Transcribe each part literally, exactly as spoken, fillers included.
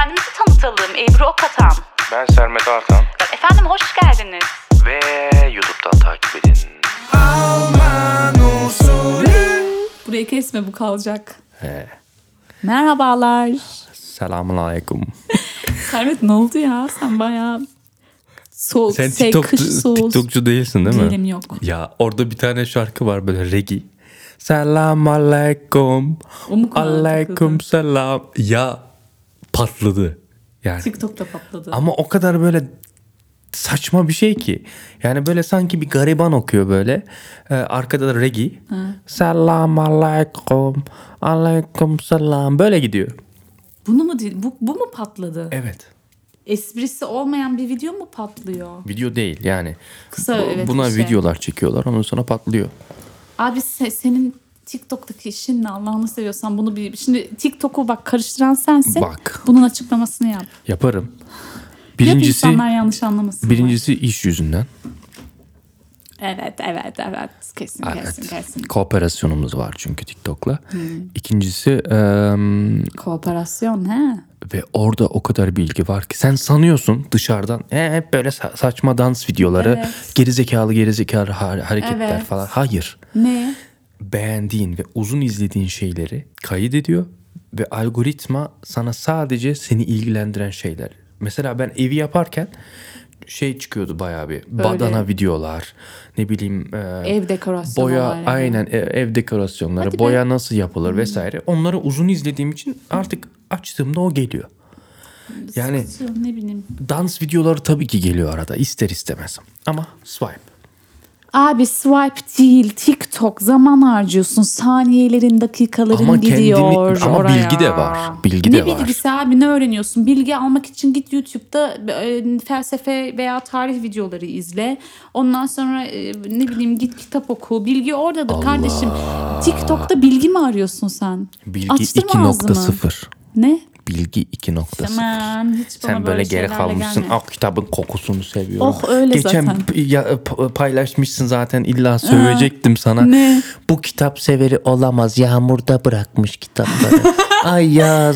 Kendimizi tanıtalım. Ebru Okatan. Ben Sermet Artan. Efendim hoş geldiniz. Ve YouTube'dan takip edin. Alman usulü. Burayı kesme, bu kalacak. He. Merhabalar. Selamun aleyküm. Sermet ne oldu ya? Sen bayağı soğuk, Sen şey, TikTok, kış soğuk. TikTokçu değilsin değil mi? Değilim, yok. Ya orada bir tane şarkı var böyle reggae. Selam aleyküm. O mu kadar Aleyküm takıldı? selam. Ya patladı. Yani. TikTok'ta patladı. Ama o kadar böyle saçma bir şey ki. Yani böyle sanki bir gariban okuyor böyle. Ee, arkada da reggae. Selam aleyküm. Aleyküm selam. Böyle gidiyor. Bunu mu değil? Bu, bu mu patladı? Evet. Esprisi olmayan bir video mu patlıyor? Video değil yani. Kısa, Bu- evet, Buna bir şey. videolar çekiyorlar. Ondan sonra patlıyor. Abi se- senin TikTok'taki işin ne, Allah'ını seviyorsan bunu bir... Şimdi TikTok'u bak karıştıran sensin. Bak. Bunun açıklamasını yap. Yaparım. Yap, Birincisi, insanlar yanlış anlamasın. birincisi iş yüzünden. Evet, evet, evet. Kesin, kesin, Evet. kesin. Kooperasyonumuz var çünkü TikTok'la. İkincisi em, Kooperasyon, he? ve orada o kadar bilgi var ki sen sanıyorsun dışarıdan e, hep böyle sa- saçma dans videoları, Evet. gerizekalı gerizekalı ha- hareketler Evet. falan. Hayır. Ne? Beğendiğin ve uzun izlediğin şeyleri kaydediyor ve algoritma sana sadece seni ilgilendiren şeyler. Mesela ben evi yaparken şey çıkıyordu bayağı bir badana videolar, ne bileyim e, Ev dekorasyonu boya, var yani. aynen e, ev dekorasyonları, Hadi be. boya nasıl yapılır vesaire. Onları uzun izlediğim için artık açtığımda o geliyor. Yani Sıkıntı, ne bileyim. dans videoları tabii ki geliyor arada ister istemez. Ama swipe. Abi swipe değil, TikTok, zaman harcıyorsun. Saniyelerin, dakikaların Ama gidiyor kendini- ama oraya. bilgi de var, bilgi ne de var. bilgisi abi, ne öğreniyorsun? Bilgi almak için git YouTube'da e, felsefe veya tarih videoları izle. Ondan sonra e, ne bileyim git kitap oku. Bilgi oradadır kardeşim. TikTok'ta bilgi mi arıyorsun sen? Bilgi Açtırma iki nokta ağzını. sıfır. Ne? Bilgi iki nokta sıfır. Aman hiç bana Sen böyle geri şeylerle kalmışsın. gelme. Ah kitabın kokusunu seviyorum. Oh, öyle Geçen zaten. p- ya, p- paylaşmışsın zaten, illa söyleyecektim sana. ne? Bu kitap severi olamaz. Yağmurda bırakmış kitapları. Ay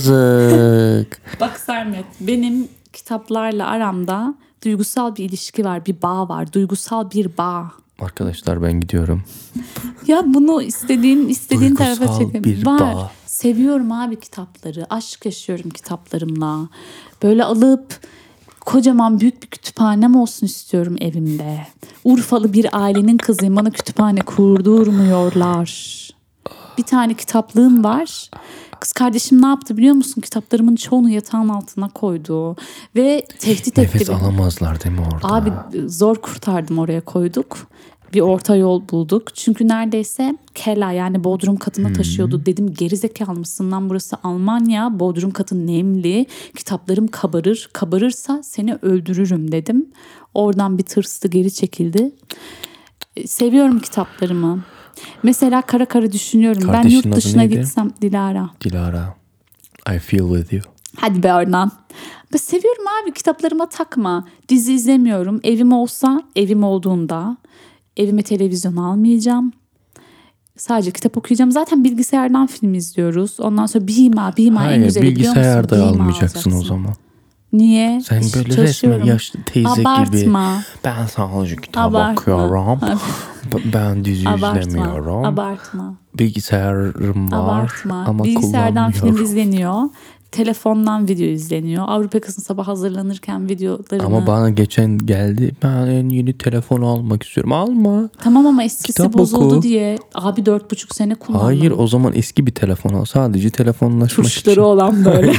yazık. Bak Sermet, benim kitaplarla aramda duygusal bir ilişki var, bir bağ var. Duygusal bir bağ. Arkadaşlar ben gidiyorum. Ya bunu istediğin istediğin Duygusal tarafa çekelim. bir Var. bağ. Seviyorum abi kitapları. Aşk yaşıyorum kitaplarımla. Böyle alıp kocaman büyük bir kütüphanem olsun istiyorum evimde. Urfalı bir ailenin kızıyım. Bana kütüphane kurdurmuyorlar. Bir tane kitaplığım var. Kız kardeşim ne yaptı biliyor musun? Kitaplarımın çoğunu yatağın altına koydu. Ve tehdit etti Nefes beni. alamazlar değil mi orada? Abi zor kurtardım, oraya koyduk. Bir orta yol bulduk. Çünkü neredeyse kela, yani bodrum katına taşıyordu. Dedim gerizekalı mısın lan, burası Almanya. Bodrum katı nemli. Kitaplarım kabarır. Kabarırsa seni öldürürüm dedim. Oradan bir tırstı, geri çekildi. E, Seviyorum kitaplarımı. Mesela kara kara düşünüyorum. Ben Kardeşinin yurt adı dışına neydi? gitsem, Dilara. Dilara. I feel with you. Hadi be oradan. Ben seviyorum abi, kitaplarıma takma. Dizi izlemiyorum. Evim olsa, evim olduğunda evime televizyon almayacağım. Sadece kitap okuyacağım. Zaten bilgisayardan film izliyoruz. Ondan sonra Bima, Bima en Hayır, güzeli biliyor musun? bilgisayarda Bima almayacaksın o alacaksın. zaman. Niye? Sen İş- böyle çalışıyorum. resmen yaşlı teyze Abartma. gibi. Ben sadece kitap Abartma. okuyorum. B- Ben dizi Abartma. izlemiyorum. Abartma. Bilgisayarım var Abartma. ama Bilgisayardan film kullanmıyorum. izleniyor. Telefondan video izleniyor. Avrupa yakasını sabah hazırlanırken videolarını... Ama bana geçen geldi, ben en yeni telefonu almak istiyorum. Alma. Tamam ama eskisi Kitap bozuldu oku. diye. Abi dört buçuk sene kullandım. Hayır, o zaman eski bir telefon al. Sadece telefonlaşmak için. Tuşları olan böyle.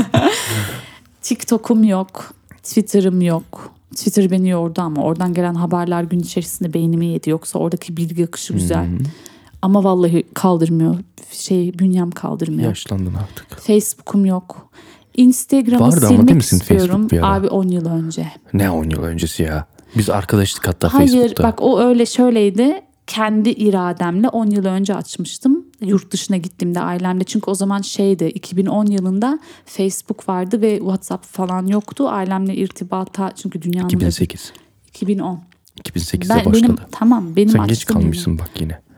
TikTok'um yok. Twitter'ım yok. Twitter beni yordu ama oradan gelen haberler gün içerisinde beynimi yedi. Yoksa oradaki bilgi akışı güzel. Hmm. Ama vallahi kaldırmıyor. Şey, bünyem kaldırmıyor. Yaşlandın artık. Facebook'um yok. Instagram'ı Vardı ama değil silmek mi senin istiyorum. Facebook bir ara? Abi on yıl önce. Ne on yıl öncesi ya? Biz arkadaşlık hatta Hayır Facebook'ta. bak, o öyle şöyleydi. Kendi irademle on yıl önce açmıştım. Yurt dışına gittiğimde ailemle. Çünkü o zaman şeydi, iki bin on yılında Facebook vardı ve WhatsApp falan yoktu. Ailemle irtibata, çünkü dünyanın... iki bin sekiz. iki bin on. iki bin sekizde Ben, başladı. benim, tamam benim Sen geç açtığım kalmışsın bak yine.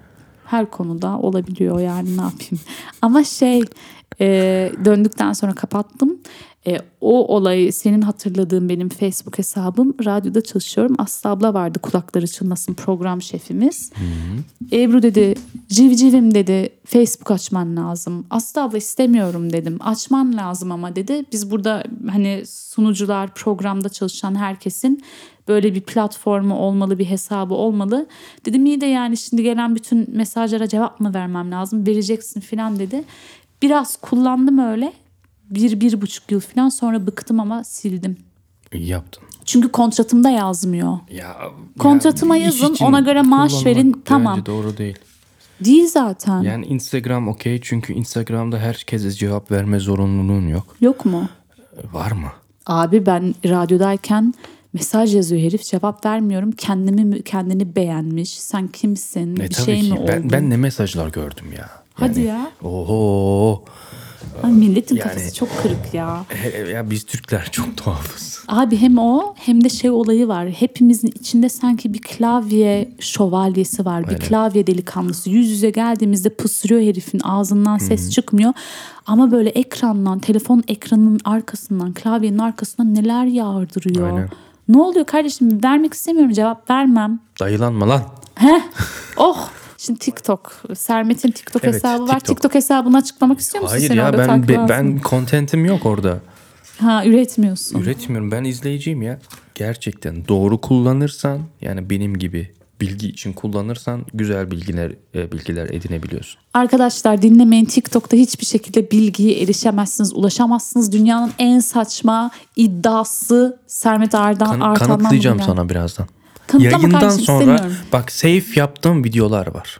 Her konuda olabiliyor yani, ne yapayım. Ama şey e, döndükten sonra kapattım. E, o olayı, senin hatırladığın benim Facebook hesabım, radyoda çalışıyorum. Aslı abla vardı, kulakları çınlasın, program şefimiz. Hı-hı. Ebru dedi, civcivim dedi, Facebook açman lazım. Aslı abla istemiyorum dedim. Açman lazım ama dedi. Biz burada hani sunucular, programda çalışan herkesin böyle bir platformu olmalı, bir hesabı olmalı. Dedim iyi de yani şimdi gelen bütün mesajlara cevap mı vermem lazım? Vereceksin falan dedi. Biraz kullandım öyle. Bir, bir buçuk yıl falan, sonra bıktım ama sildim. İyi yaptın. Çünkü kontratımda yazmıyor. Ya, Kontratıma ya, yazın, ona göre maaş verin, tamam. Bence doğru değil. Değil zaten. Yani Instagram okey, çünkü Instagram'da herkese cevap verme zorunluluğun yok. Yok mu? Var mı? Abi ben radyodayken mesaj yazıyor herif, cevap vermiyorum. Kendimi kendini beğenmiş. Sen kimsin? E, bir tabii şey ki. mi oldu? Ben, ben ne mesajlar gördüm ya. Hadi Yani, ya. Oho. Ay, milletin Yani- kafası çok kırık ya. He- Ya biz Türkler çok tuhafız. Abi hem o hem de şey olayı var. Hepimizin içinde sanki bir klavye şövalyesi var. Bir Aynen. klavye delikanlısı. Yüz yüze geldiğimizde pısırıyor herifin. Ağzından ses çıkmıyor. Ama böyle ekrandan, telefon ekranının arkasından, klavyenin arkasından neler yağdırıyor. Aynen. Ne oluyor kardeşim? Vermek istemiyorum, cevap vermem. Dayılanma lan. Heh. Oh. Şimdi TikTok. Sermet'in TikTok Evet, hesabı var. TikTok. TikTok hesabını açıklamak istiyor musun? Hayır Sen ya, orada ben takip be- alsın. ben kontentim yok orada. Ha, üretmiyorsun. Üretmiyorum. Ben izleyiciyim ya. Gerçekten doğru kullanırsan, yani benim gibi bilgi için kullanırsan güzel bilgiler e, bilgiler edinebiliyorsun. Arkadaşlar dinlemeyin, TikTok'ta hiçbir şekilde bilgiye erişemezsiniz, ulaşamazsınız. Dünyanın en saçma iddiası Sermet Ardan, Kan- Artan'dan kanıtlayacağım bugüne. sana birazdan. Kanıtlama Yayından kardeşim, sonra istemiyorum. bak, save yaptığım videolar var.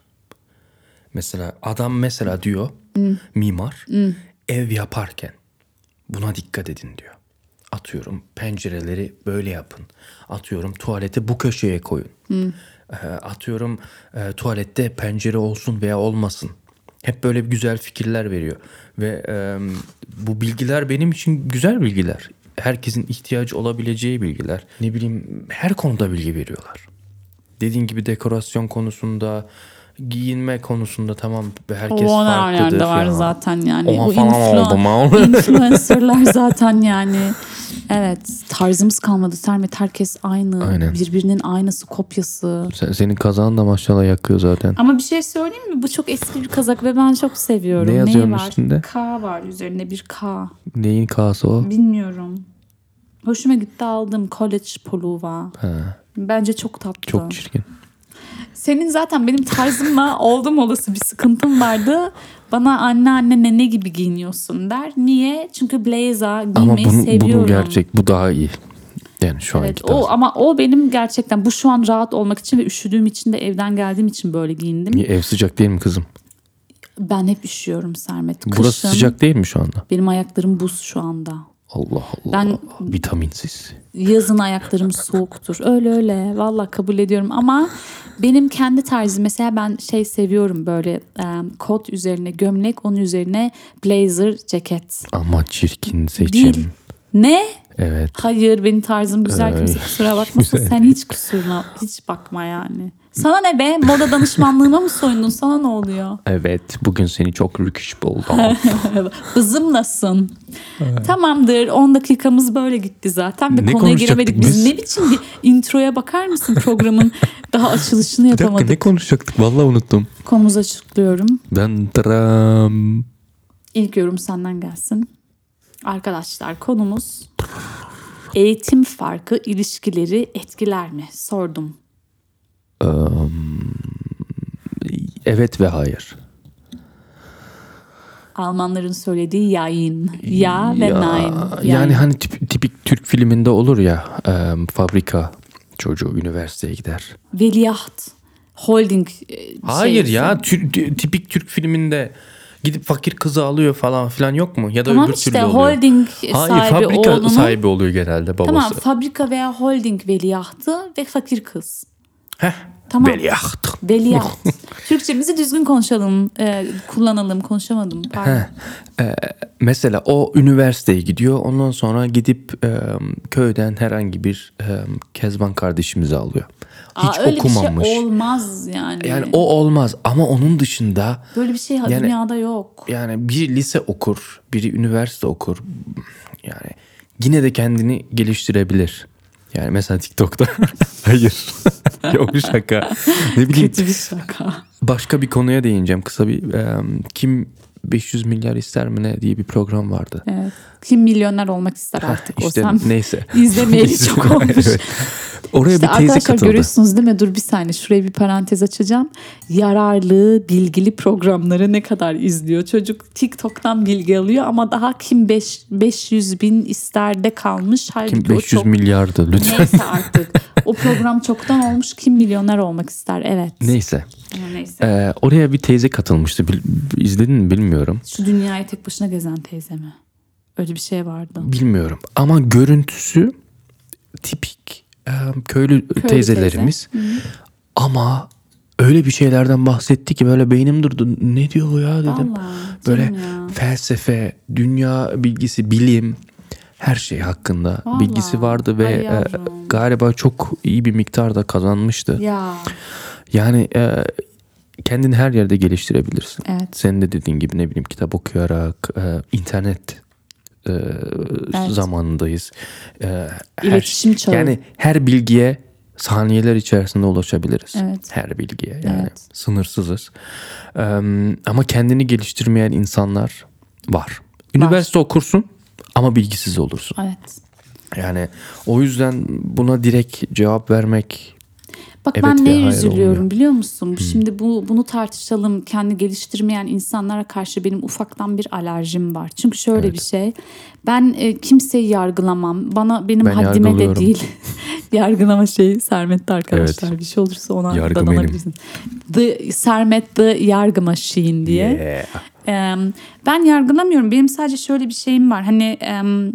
Mesela adam mesela diyor, Hmm. mimar ev yaparken buna dikkat edin diyor. Atıyorum pencereleri böyle yapın. Atıyorum tuvaleti bu köşeye koyun. Hmm. Ee, Atıyorum e, tuvalette pencere olsun veya olmasın. Hep böyle güzel fikirler veriyor. Ve e, bu bilgiler benim için güzel bilgiler. Herkesin ihtiyacı olabileceği bilgiler. Ne bileyim, her konuda bilgi veriyorlar. Dediğin gibi dekorasyon konusunda, giyinme konusunda tamam, herkes O her farklıdır. yerde var ya. zaten yani. Oha O falan oldum ha. influencerlar zaten yani. Evet, tarzımız kalmadı Sermet, herkes aynı. Aynen. Birbirinin aynısı, kopyası. Sen, senin kazağın da maşallah yakıyor zaten. Ama bir şey söyleyeyim mi? Bu çok eski bir kazak ve ben çok seviyorum. Ne yazıyor Neyi var? üstünde? K var üzerinde, bir K. Neyin kağısı o? Bilmiyorum. Hoşuma gitti, aldım. College pulluva. Ha, Bence çok tatlı. çok çirkin. Senin zaten benim tarzımla oldum olası bir sıkıntım vardı. Bana anne anne nene gibi giyiniyorsun der. Niye? Çünkü blazer Ama giymeyi bunu, seviyorum. bunu gerçek, bu daha iyi. Yani şu Evet, anki tarz. o ama o benim gerçekten, bu şu an rahat olmak için ve üşüdüğüm için de evden geldiğim için böyle giyindim. Niye, ev sıcak değil mi kızım? Ben hep üşüyorum Sermet. Kışın Burası sıcak değil mi şu anda? benim ayaklarım buz şu anda. Allah Allah. Ben- Vitaminsiz. Yazın ayaklarım soğuktur. Öyle öyle. Vallahi kabul ediyorum ama benim kendi tarzım, mesela ben şey seviyorum, böyle e, kot üzerine gömlek, onun üzerine blazer ceket. Ama çirkin seçim. Değil. Ne? Evet. Hayır, benim tarzım güzel, Ay. kimse kusura bakmasın. Güzel. Sen hiç kusuruna hiç bakma yani. Sana ne be? Moda danışmanlığıma mı soyundun? Sana ne oluyor? Evet. Bugün seni çok rüküş buldum. Bızımlasın. Tamamdır. on dakikamız böyle gitti zaten ve Ne konuya konuşacaktık giremedik. Biz, biz? ne biçim bir introya bakar mısın, programın daha açılışını Bir dakika, yapamadık. ne konuşacaktık? Vallahi unuttum. Konumuzu açıklıyorum. Ben tram. İlk yorum senden gelsin. Arkadaşlar, konumuz eğitim farkı ilişkileri etkiler mi? Sordum. Evet ve hayır. Almanların söylediği yayın. Ya ve nein. Yani Yayın. hani tip- tipik Türk filminde olur ya, e, fabrika çocuğu üniversiteye gider. Veliaht. Holding. e, Hayır şey- ya, tür- tü- tipik Türk filminde gidip fakir kızı alıyor falan filan yok mu? Ya da Tamam öbür işte, türlü oluyor. holding Hayır, sahibi fabrika oğlunun. sahibi oluyor genelde babası. Tamam, fabrika veya holding veliahtı ve fakir kız. Heh. Tamam. Veliaht. Veliaht. Türkçemizi düzgün konuşalım, e, kullanalım, konuşamadım. Pardon. Mesela o üniversiteye gidiyor. Ondan sonra gidip e, köyden herhangi bir e, Kezban kardeşimizi alıyor. hiç Aa, öyle okumamış. bir şey olmaz yani. Yani o olmaz ama onun dışında böyle bir şey yani- dünyada yok. yani biri lise okur, biri üniversite okur. Yani yine de kendini geliştirebilir. Yani mesela TikTok'ta hayır. Yok şaka. Ne bileyim. Kötü bir şaka. Başka bir konuya değineceğim. Kısa bir e, kim beş yüz milyar ister mi ne diye bir program vardı. Evet. Kim milyoner olmak ister artık? İşte o sen neyse. izlemeyeli çok olmuş. Evet. Oraya İşte bir teyze arkadaşlar katıldı. görüyorsunuz değil mi? Dur bir saniye şuraya bir parantez açacağım. Yararlı, bilgili programları ne kadar izliyor? Çocuk TikTok'tan bilgi alıyor ama daha kim beş yüz bin isterde kalmış. Halbuki Kim o beş yüz çok... milyardı lütfen. Neyse artık. O program çoktan olmuş. Kim milyoner olmak ister? Evet. Neyse. Ama neyse. Ee, oraya bir teyze katılmıştı. Bil, izledin mi bilmiyorum. Şu dünyayı tek başına gezen teyze mi? Öyle bir şey vardı. Bilmiyorum. Ama görüntüsü tipik e, köylü, Köylü teyzelerimiz. Ama öyle bir şeylerden bahsetti ki böyle beynim durdu. Ne diyor bu ya dedim. Vallahi, Böyle canım ya. felsefe, dünya bilgisi, bilim her şey hakkında Vallahi. bilgisi vardı ve Ay e, yavrum. galiba çok iyi bir miktarda kazanmıştı. Ya. Yani e, kendini her yerde geliştirebilirsin. Evet. Senin de dediğin gibi ne bileyim kitap okuyarak, e, internet e, zamanındayız. E, her- İletişim çağı. Yani her bilgiye saniyeler içerisinde ulaşabiliriz. Evet. Her bilgiye yani Evet. sınırsızız. E, ama kendini geliştirmeyen insanlar var. Üniversite okursun ama bilgisiz olursun. Evet. Yani o yüzden buna direkt cevap vermek Bak evet ben ve neye hayır üzülüyorum olmuyor. biliyor musun? Şimdi bu bunu tartışalım. Kendi geliştirmeyen insanlara karşı benim ufaktan bir alerjim var. Çünkü şöyle bir şey. Ben e, kimseyi yargılamam. Bana benim Ben haddime de yargılıyorum. değil. Yargılama şeyi Sermet'te arkadaşlar. Evet. Bir şey olursa ona Yargı dadanabilirsin. The Sermet the Yargı Machine diye. Yeah. Em, ben yargılamıyorum. Benim sadece şöyle bir şeyim var. Hani em,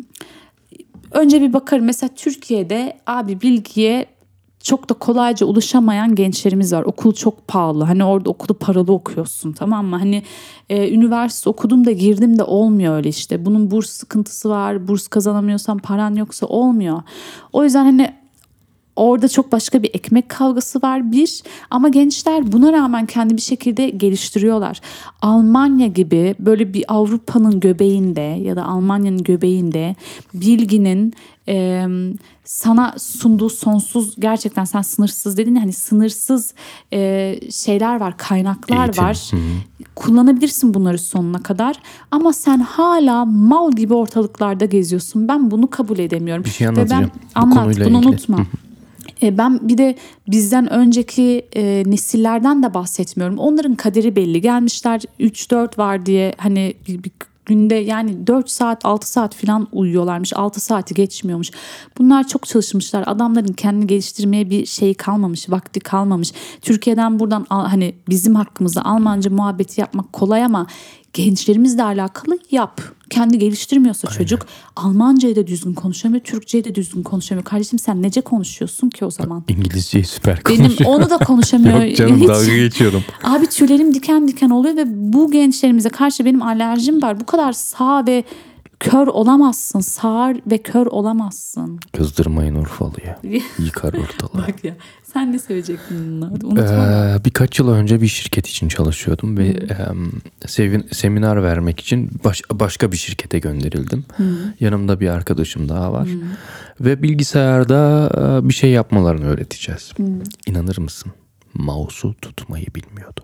önce bir bakarım. Mesela Türkiye'de abi bilgiye çok da kolayca ulaşamayan gençlerimiz var. Okul çok pahalı. Hani orada okulu paralı okuyorsun, tamam mı? Hani e, üniversite okudum da girdim de olmuyor öyle işte. Bunun burs sıkıntısı var. Burs kazanamıyorsan, paran yoksa olmuyor. O yüzden hani orada çok başka bir ekmek kavgası var bir, ama gençler buna rağmen kendi bir şekilde geliştiriyorlar. Almanya gibi böyle bir Avrupa'nın göbeğinde ya da Almanya'nın göbeğinde bilginin e, sana sunduğu sonsuz, gerçekten sen sınırsız dedin ya, hani sınırsız e, şeyler var, kaynaklar Eğitim. var. Hı hı. Kullanabilirsin bunları sonuna kadar ama sen hala mal gibi ortalıklarda geziyorsun. Ben bunu kabul edemiyorum. Bir şey Ve anlatacağım. ben Bu anlat, konuyla bunu ilgili. unutma. E, Ben bir de bizden önceki e, nesillerden de bahsetmiyorum. Onların kaderi belli. Gelmişler üç dört var diye hani bir, bir günde yani dört saat altı saat falan uyuyorlarmış. altı saati geçmiyormuş. Bunlar çok çalışmışlar. Adamların kendini geliştirmeye bir şey kalmamış, vakti kalmamış. Türkiye'den buradan al- hani bizim hakkımızda Almanca muhabbeti yapmak kolay ama gençlerimizle alakalı yap. Kendi geliştirmiyorsa çocuk Almancayı da düzgün konuşamıyor, Türkçeyi de düzgün konuşamıyor. Kardeşim sen nece konuşuyorsun ki o zaman? İngilizceyi süper Benim konuşuyor. onu da konuşamıyor. Yok canım Hiç. dalga geçiyorum. Abi tüylerim diken diken oluyor ve bu gençlerimize karşı benim alerjim var. Bu kadar sağ ve kör olamazsın. Sağır ve kör olamazsın. Kızdırmayın Urfalı'ya. Yıkar ortalığı. Bak ya sen ne söyleyecektin bununla? Unutma. Ee, birkaç yıl önce bir şirket için çalışıyordum ve em, sevin, seminer vermek için baş- başka bir şirkete gönderildim. Yanımda bir arkadaşım daha var. Ve bilgisayarda e, bir şey yapmalarını öğreteceğiz. İnanır mısın? Mouse'u tutmayı bilmiyordu.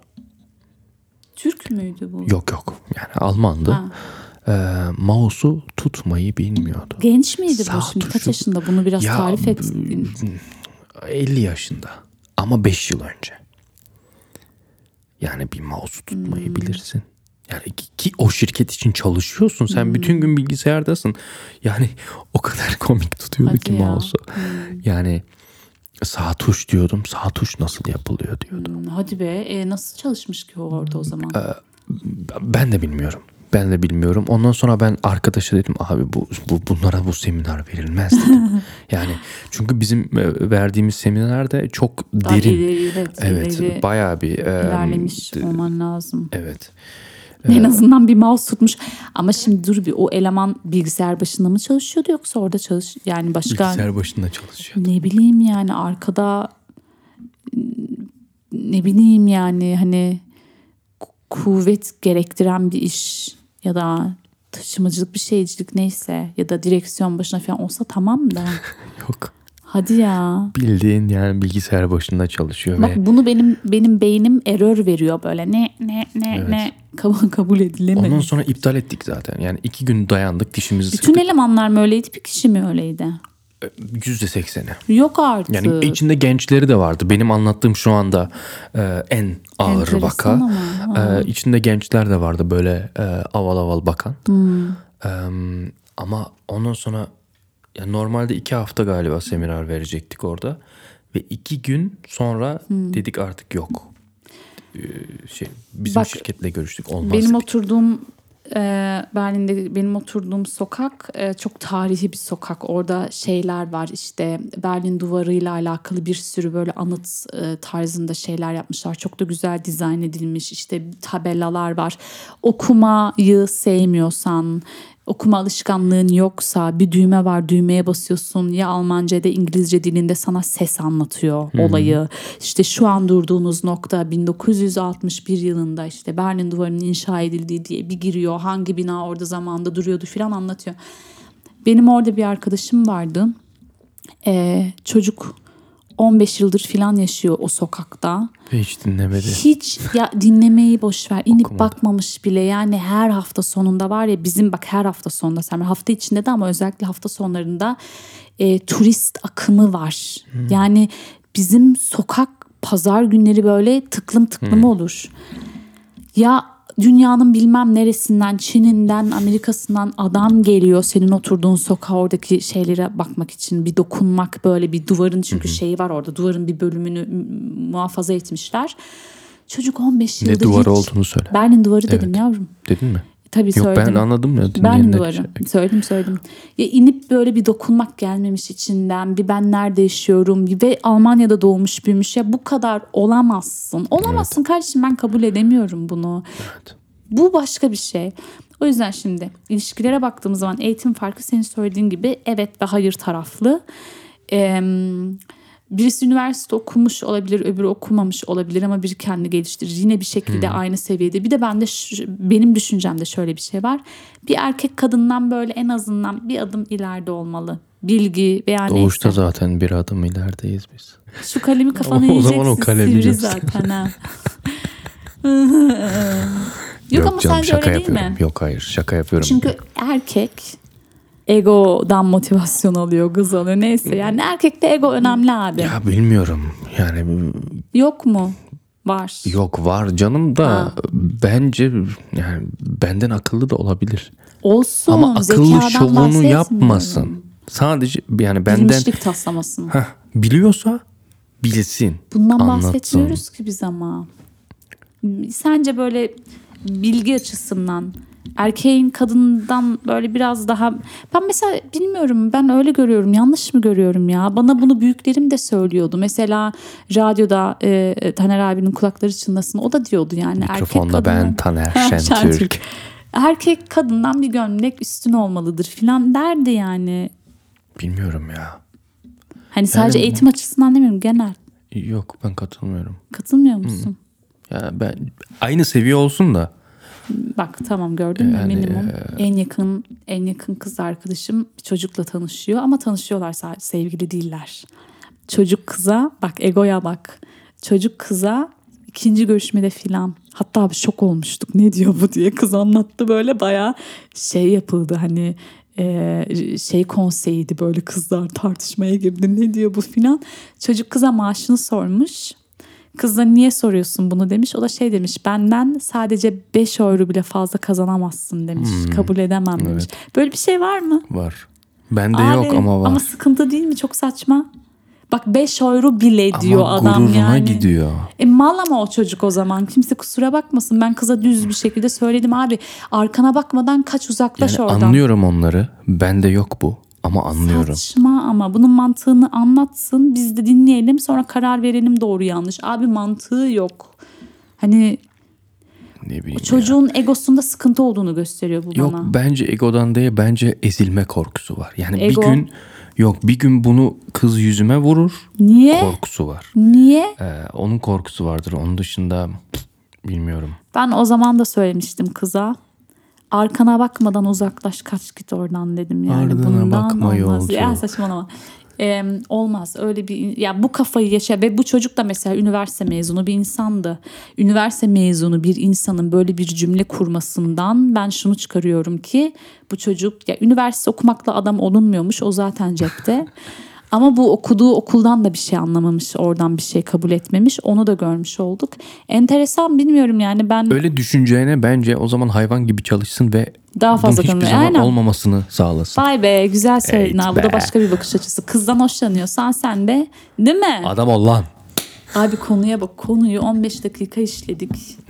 Türk müydü bu? Yok yok yani Almandı. Ha. Ee, mouse'u tutmayı bilmiyordu. Genç miydi Sağ bu şimdi? Kaç tuşu- yaşında? Bunu biraz Ya, tarif et. elli yaşında ama beş yıl önce. Yani bir mouse'u tutmayı Hmm. bilirsin. Yani ki, ki o şirket için çalışıyorsun. Sen Hmm. bütün gün bilgisayardasın. Yani o kadar komik tutuyordu Hadi ki ya. Hmm. mouse'u. Yani sağ tuş diyordum. Sağ tuş nasıl yapılıyor diyordu. Hmm, Hadi be. E, nasıl çalışmış ki o orada o zaman? Ben de bilmiyorum. Ben de bilmiyorum. Ondan sonra ben arkadaşa dedim abi bu, bu bunlara bu seminer verilmez dedim. Yani çünkü bizim e, verdiğimiz seminerde çok Daha derin. ileri, evet, Evet, ileri bayağı bir e, ilerlemiş d- olman lazım. Evet. En azından bir mouse tutmuş. Ama şimdi dur bir, o eleman bilgisayar başında mı çalışıyordu yoksa orada çalış yani başka Bilgisayar başında çalışıyor. ne bileyim yani arkada ne bileyim yani hani ku- kuvvet gerektiren bir iş ya da taşımacılık bir şeycilik neyse ya da direksiyon başına falan olsa tamam da. Yok. Hadi ya. Bildiğin yani bilgisayar başında çalışıyor Bak ve bunu benim benim beynim error veriyor böyle ne ne ne Evet. ne kabul, kabul edilemedi. ondan sonra iptal ettik zaten. Yani iki gün dayandık, dişimizi Bütün sıktık. elemanlar mı öyleydi, bir kişi mi öyleydi? Yüzde sekseni. Yok artık. Yani içinde gençleri de vardı. Benim anlattığım şu anda e, en ağır Enteresan vaka. ama, ha. E, içinde gençler de vardı böyle e, aval aval bakan. Hmm. E, ama ondan sonra ya normalde iki hafta galiba seminer verecektik orada. Ve iki gün sonra Hmm. dedik artık yok. E, şey bizim Bak, şirketle görüştük. Olmaz Benim dedik. oturduğum e, Berlin'de benim oturduğum sokak e, çok tarihi bir sokak. Orada şeyler var işte Berlin Duvarı'yla alakalı bir sürü böyle anıt e, tarzında şeyler yapmışlar. Çok da güzel dizayn edilmiş işte tabelalar var. Okumayı sevmiyorsan, okuma alışkanlığın yoksa bir düğme var, düğmeye basıyorsun, ya Almanca ya da İngilizce dilinde sana ses anlatıyor olayı. İşte şu an durduğunuz nokta bin dokuz yüz altmış bir yılında işte Berlin Duvarı'nın inşa edildiği diye bir giriyor. Hangi bina orada zamanda duruyordu filan anlatıyor. Benim orada bir arkadaşım vardı. Ee, çocuk on beş yıldır filan yaşıyor o sokakta. Ve hiç dinlemedi. Hiç ya dinlemeyi boş ver. İnip Okumadı. bakmamış bile. Yani her hafta sonunda var ya bizim bak her hafta sonunda sen hafta içinde de ama özellikle hafta sonlarında e, turist akımı var. Yani bizim sokak pazar günleri böyle tıklım tıklım olur. Ya dünyanın bilmem neresinden, Çin'inden, Amerika'sından adam geliyor senin oturduğun sokağa oradaki şeylere bakmak için, bir dokunmak böyle bir duvarın çünkü şeyi var orada duvarın bir bölümünü m- muhafaza etmişler. Çocuk on beş Ne yıldır duvarı hiç... olduğunu söyle. Berlin duvarı dedim Evet. yavrum. Dedin mi? Tabii Yok söyledim. ben anladım ya. Berlin dinleyenler duvarı. için. Söyledim söyledim. Ya inip böyle bir dokunmak gelmemiş içinden. Bir ben nerede yaşıyorum ve Almanya'da doğmuş büyümüş. Ya bu kadar olamazsın. Olamazsın kardeşim, ben kabul edemiyorum bunu. Evet. Bu başka bir şey. O yüzden şimdi ilişkilere baktığımız zaman eğitim farkı senin söylediğin gibi evet ve hayır taraflı. Ee, birisi üniversite okumuş olabilir, öbürü okumamış olabilir ama biri kendini geliştirir. Yine bir şekilde Hmm. aynı seviyede. Bir de bende şu- benim düşüncemde şöyle bir şey var. Bir erkek kadından böyle en azından bir adım ileride olmalı. Bilgi veya Doğuşta neyse. zaten bir adım ilerideyiz biz. Şu kalemi kafana O yiyeceksin. zaman o kalemi Sivri diyorsun. zaten ha. Yok, ama canım, sence şaka öyle değil yapıyorum. mi? Yok hayır şaka yapıyorum. Çünkü erkek egodan motivasyon alıyor, gız alıyor neyse. Yani erkekte ego önemli abi. Ya bilmiyorum yani Yok mu? Var. yok var canım da Ha. bence yani benden akıllı da olabilir. Olsun. Ama akıllı zekadan şovunu bahsetmiyorum. yapmasın. Sadece yani benden Bilmişlik taslamasın. heh, biliyorsa bilsin. Bundan anlatsın. bahsetmiyoruz ki biz ama. Sence böyle bilgi açısından erkeğin kadından böyle biraz daha, ben mesela bilmiyorum, ben öyle görüyorum, yanlış mı görüyorum ya, bana bunu büyüklerim de söylüyordu mesela radyoda e, Taner abinin kulakları çınlasın, o da diyordu yani Mikrofonda erkek ben kadının- Taner Ha, Şentürk. erkek kadından bir gömlek üstün olmalıdır filan derdi yani. Bilmiyorum ya. Hani sadece Yani- eğitim açısından demiyorum, genel. Yok ben katılmıyorum. Katılmıyor musun? Ya ben aynı seviye olsun da Bak tamam, gördün mü, Yani, minimum en yakın en yakın kız arkadaşım bir çocukla tanışıyor ama tanışıyorlar sadece, sevgili değiller. Çocuk kıza bak, egoya bak. Çocuk kıza ikinci görüşmede filan, hatta bir şok olmuştuk, ne diyor bu diye kız anlattı, böyle bayağı şey yapıldı hani e, şey konseyiydi, böyle kızlar tartışmaya girdi, ne diyor bu filan. Çocuk kıza maaşını sormuş. Kız da niye soruyorsun bunu demiş. O da şey demiş, benden sadece beş euro bile fazla kazanamazsın demiş. Kabul edemem demiş. Böyle bir şey var mı? var. Bende Abi, yok ama var. Ama sıkıntı değil mi? Çok saçma. Bak beş euro bile diyor Ama adam gururuna yani. gidiyor. E mal ama o çocuk o zaman. Kimse kusura bakmasın. Ben kıza düz bir şekilde söyledim, abi arkana bakmadan kaç, uzaklaş Yani oradan. anlıyorum onları. Bende yok bu. Ama anlıyorum. Saçma ama bunun mantığını anlatsın, biz de dinleyelim, sonra karar verelim doğru yanlış. Abi mantığı yok. Hani Ne bileyim ya. çocuğun egosunda sıkıntı olduğunu gösteriyor bu Yok bana. bence egodan değil, bence ezilme korkusu var. Yani Ego. bir gün Yok, bir gün bunu kız yüzüme vurur. Niye? Korkusu var. Niye? Ee, onun korkusu vardır. Onun dışında bilmiyorum. Ben o zaman da söylemiştim kıza. Arkana bakmadan uzaklaş, kaç git oradan dedim yani. Ardına Bundan bakma olmaz. yolcu. Ya saçmalama. Ee, olmaz öyle bir, ya bu kafayı yaşa ve bu çocuk da mesela üniversite mezunu bir insandı. Üniversite mezunu bir insanın böyle bir cümle kurmasından ben şunu çıkarıyorum ki bu çocuk, ya üniversite okumakla adam olunmuyormuş, o zaten cepte. Ama bu okuduğu okuldan da bir şey anlamamış, oradan bir şey kabul etmemiş, onu da görmüş olduk. Enteresan, bilmiyorum yani ben Öyle düşüneceğine bence o zaman hayvan gibi çalışsın ve daha fazla bunun hiçbir tanımıyor. zaman Aynen. olmamasını sağlasın. Vay be, güzel söyledin Evet ha. Bu be. da başka bir bakış açısı. Kızdan hoşlanıyorsan sen de, değil mi? Adam ol lan. Abi konuya bak, konuyu on beş dakika işledik.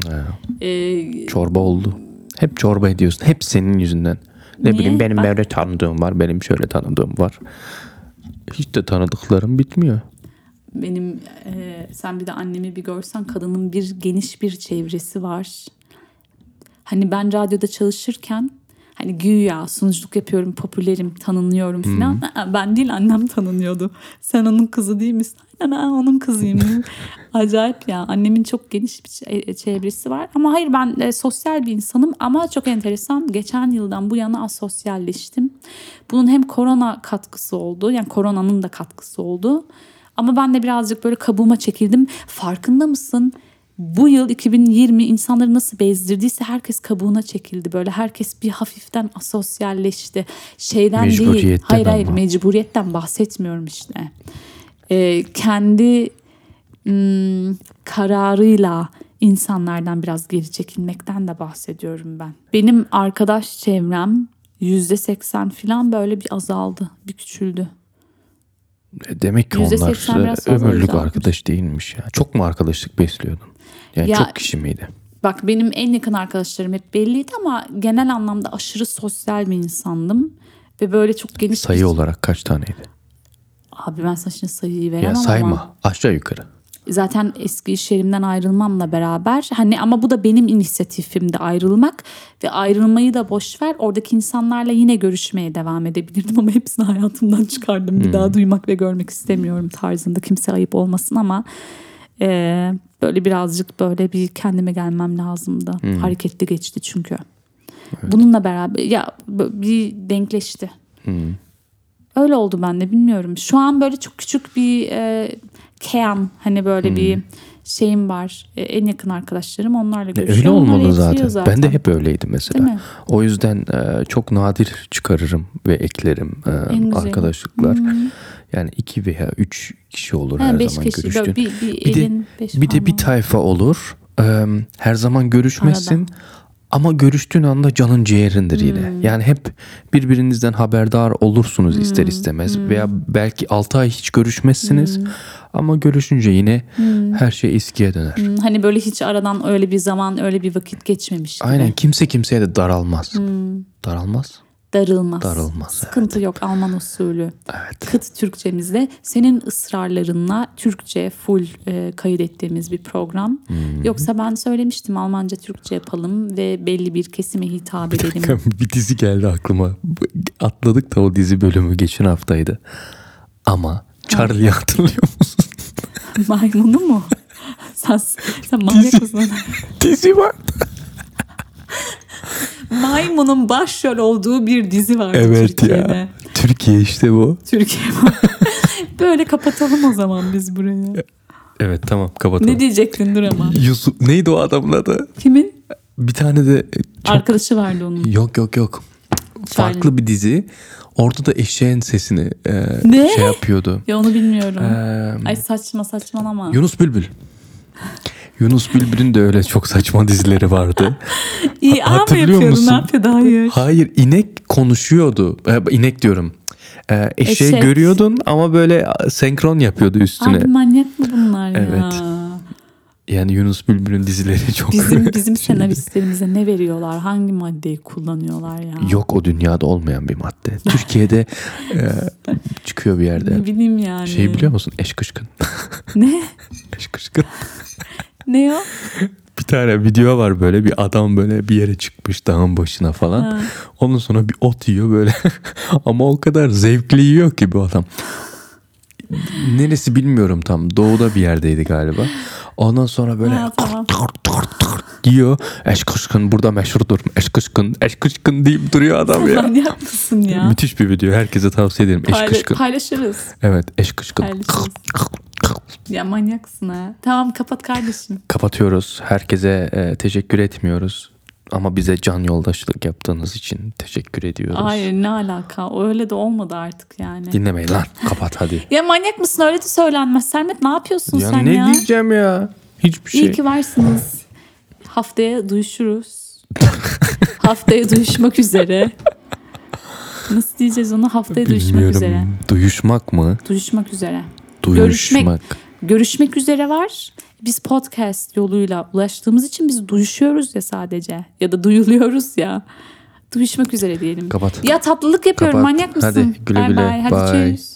Ee, Çorba oldu. Hep çorba ediyorsun. Hep senin yüzünden. Ne Niye? bileyim benim Ben- böyle tanıdığım var. Benim şöyle tanıdığım var. Hiç de tanıdıklarım bitmiyor. benim e, sen bir de annemi bir görsen, kadının bir geniş bir çevresi var. Hani ben radyoda çalışırken hani güya sunuculuk yapıyorum, popülerim, tanınıyorum falan. Aa, ben değil, annem tanınıyordu. Sen onun kızı değil misin? Aynen, ha, onun kızıyım. Acayip ya. Annemin çok geniş bir çe- çevresi var. Ama hayır, ben e, sosyal bir insanım ama çok enteresan. Geçen yıldan bu yana asosyalleştim. Bunun hem korona katkısı oldu. Yani koronanın da katkısı oldu. Ama ben de birazcık böyle kabuğuma çekildim. Farkında mısın? Bu yıl iki bin yirmi insanları nasıl bezdirdiyse herkes kabuğuna çekildi. Böyle herkes bir hafiften asosyalleşti. Şeyden değil. Mecburiyetten Hayır hayır, ama. mecburiyetten bahsetmiyorum işte. Ee, kendi ım, kararıyla insanlardan biraz geri çekilmekten de bahsediyorum ben. Benim arkadaş çevrem yüzde seksen falan böyle bir azaldı, bir küçüldü. E, Demek ki yüzde onlar seksen biraz e, fazla ömürlük azalmış. arkadaş değilmiş ya. Çok mu arkadaşlık besliyordun? Yani Ya- çok kişi miydi? Bak, benim en yakın arkadaşlarım hep belliydi ama genel anlamda aşırı sosyal bir insandım. Ve böyle çok geniş Sayı bir... olarak kaç taneydi? Abi ben sana şimdi sayıyı veremem Ya ama. sayma. Aşağı yukarı. Zaten eski iş yerimden ayrılmamla beraber hani, ama bu da benim inisiyatifimdi ayrılmak ve ayrılmayı da boş ver, oradaki insanlarla yine görüşmeye devam edebilirdim ama hepsini hayatımdan çıkardım. Bir daha duymak ve görmek istemiyorum tarzında, kimse ayıp olmasın ama e, böyle birazcık böyle bir kendime gelmem lazımdı. Hareketli geçti çünkü. Bununla beraber ya bir denkleşti. Öyle oldu bende, bilmiyorum. Şu an böyle çok küçük bir e, keam, hani böyle hmm. bir şeyim var. E, en yakın arkadaşlarım, onlarla E, görüşüyorum. öyle Onlar olmalı yetiyor zaten. zaten. Ben de hep öyleydim Değil mesela. mi? O yüzden e, çok nadir çıkarırım ve eklerim e, En güzeli. arkadaşlıklar. Yani iki veya üç kişi olur Ha, her beş zaman kişi, görüştüğün. böyle bir, bir, Bir de, elin beş bir de bir parmağı. tayfa olur. E, her zaman görüşmezsin. Arada. Ama görüştüğün anda canın ciğerindir yine. Hmm. Yani hep birbirinizden haberdar olursunuz ister istemez. Veya belki altı ay hiç görüşmezsiniz. Ama görüşünce yine her şey eskiye döner. Hmm, hani böyle hiç aradan öyle bir zaman, öyle bir vakit geçmemiş gibi. Aynen, kimse kimseye de daralmaz. Daralmaz. Darılmaz. Darılmaz, Sıkıntı yok, Alman usulü. Evet. Kıt Türkçemizde senin ısrarlarınla Türkçe full e, kaydettiğimiz bir program. Yoksa ben söylemiştim, Almanca Türkçe yapalım ve belli bir kesime hitap edelim. Bir dizi geldi aklıma. Atladık da o dizi bölümü geçen haftaydı. Ama Charlie'yi hatırlıyor musun? Maymunu mu? Sen, sen manyak mısın? Dizi vardı. Maymunun başrol olduğu bir dizi vardı Evet Türkiye'de. ya. Türkiye işte bu. Türkiye böyle kapatalım o zaman biz burayı. Evet, tamam, kapatalım. Ne diyecektin, dur ama. Yusuf, neydi o adamın adı? Kimin? Bir tane de çok... Arkadaşı vardı onun. Yok yok yok. Farklı bir dizi. Orada da eşeğin sesini e, Ne? şey yapıyordu. Ya onu bilmiyorum. Ee, Ay saçma saçmalama. Yunus Bülbül. Yunus Bülbül'ün de öyle çok saçma dizileri vardı. İyi Ha- A mı hatırlıyor yapıyordu? musun? Ne yapıyordu? Hayır. Hayır, inek konuşuyordu. Ee, inek diyorum. Ee, eşeği Eşek. görüyordun ama böyle senkron yapıyordu üstüne. Abi manyak mı bunlar ya? Evet. Yani Yunus Bülbül'ün dizileri çok... Bizim bizim Şimdi- senaristlerimize ne veriyorlar? Hangi maddeyi kullanıyorlar ya? Yok, o dünyada olmayan bir madde. Türkiye'de e, çıkıyor bir yerde. Ne bileyim yani. Şey biliyor musun? Eşkışkın. Ne? Eşkışkın. Ne o? Bir tane video var böyle bir adam böyle bir yere çıkmış dağın başına falan. Ha. Ondan sonra bir ot yiyor böyle. Ama o kadar zevkli yiyor ki bu adam. Neresi bilmiyorum tam. Doğuda bir yerdeydi galiba. Ondan sonra böyle ha, tamam. yiyor. Eşkışkın burada meşhurdur. Eşkışkın, eşkışkın deyip duruyor adam ya. Manyak mısın ya? Müthiş bir video. Herkese tavsiye ederim. Eşkışkın. Paylaşırız. Evet, eşkışkın. Paylaşırız. Ya manyaksın ha. Tamam kapat kardeşim. Kapatıyoruz. Herkese e, teşekkür etmiyoruz. Ama bize can yoldaşlık yaptığınız için teşekkür ediyoruz. Hayır ne alaka? Öyle de olmadı artık yani. Dinlemeyin lan. Kapat hadi. Ya manyak mısın? Öyle de söylenmez. Sermet ne yapıyorsun ya sen ne ya? Ne diyeceğim ya? Hiçbir şey. İyi ki varsınız. Haftaya duyuşuruz. Haftaya duyuşmak üzere. Nasıl diyeceğiz onu? Haftaya Bilmiyorum. duyuşmak üzere. Duyuşmak mı? Duyuşmak üzere. Duyuşmak. Görüşmek, görüşmek üzere var. Biz podcast yoluyla ulaştığımız için biz duyuşuyoruz ya sadece. Ya da duyuluyoruz ya. Duyuşmak üzere diyelim. Kapat. Ya tatlılık yapıyorum. Kapat. Manyak mısın? Hadi güle bye güle. Bye. Hadi Bye. cheers.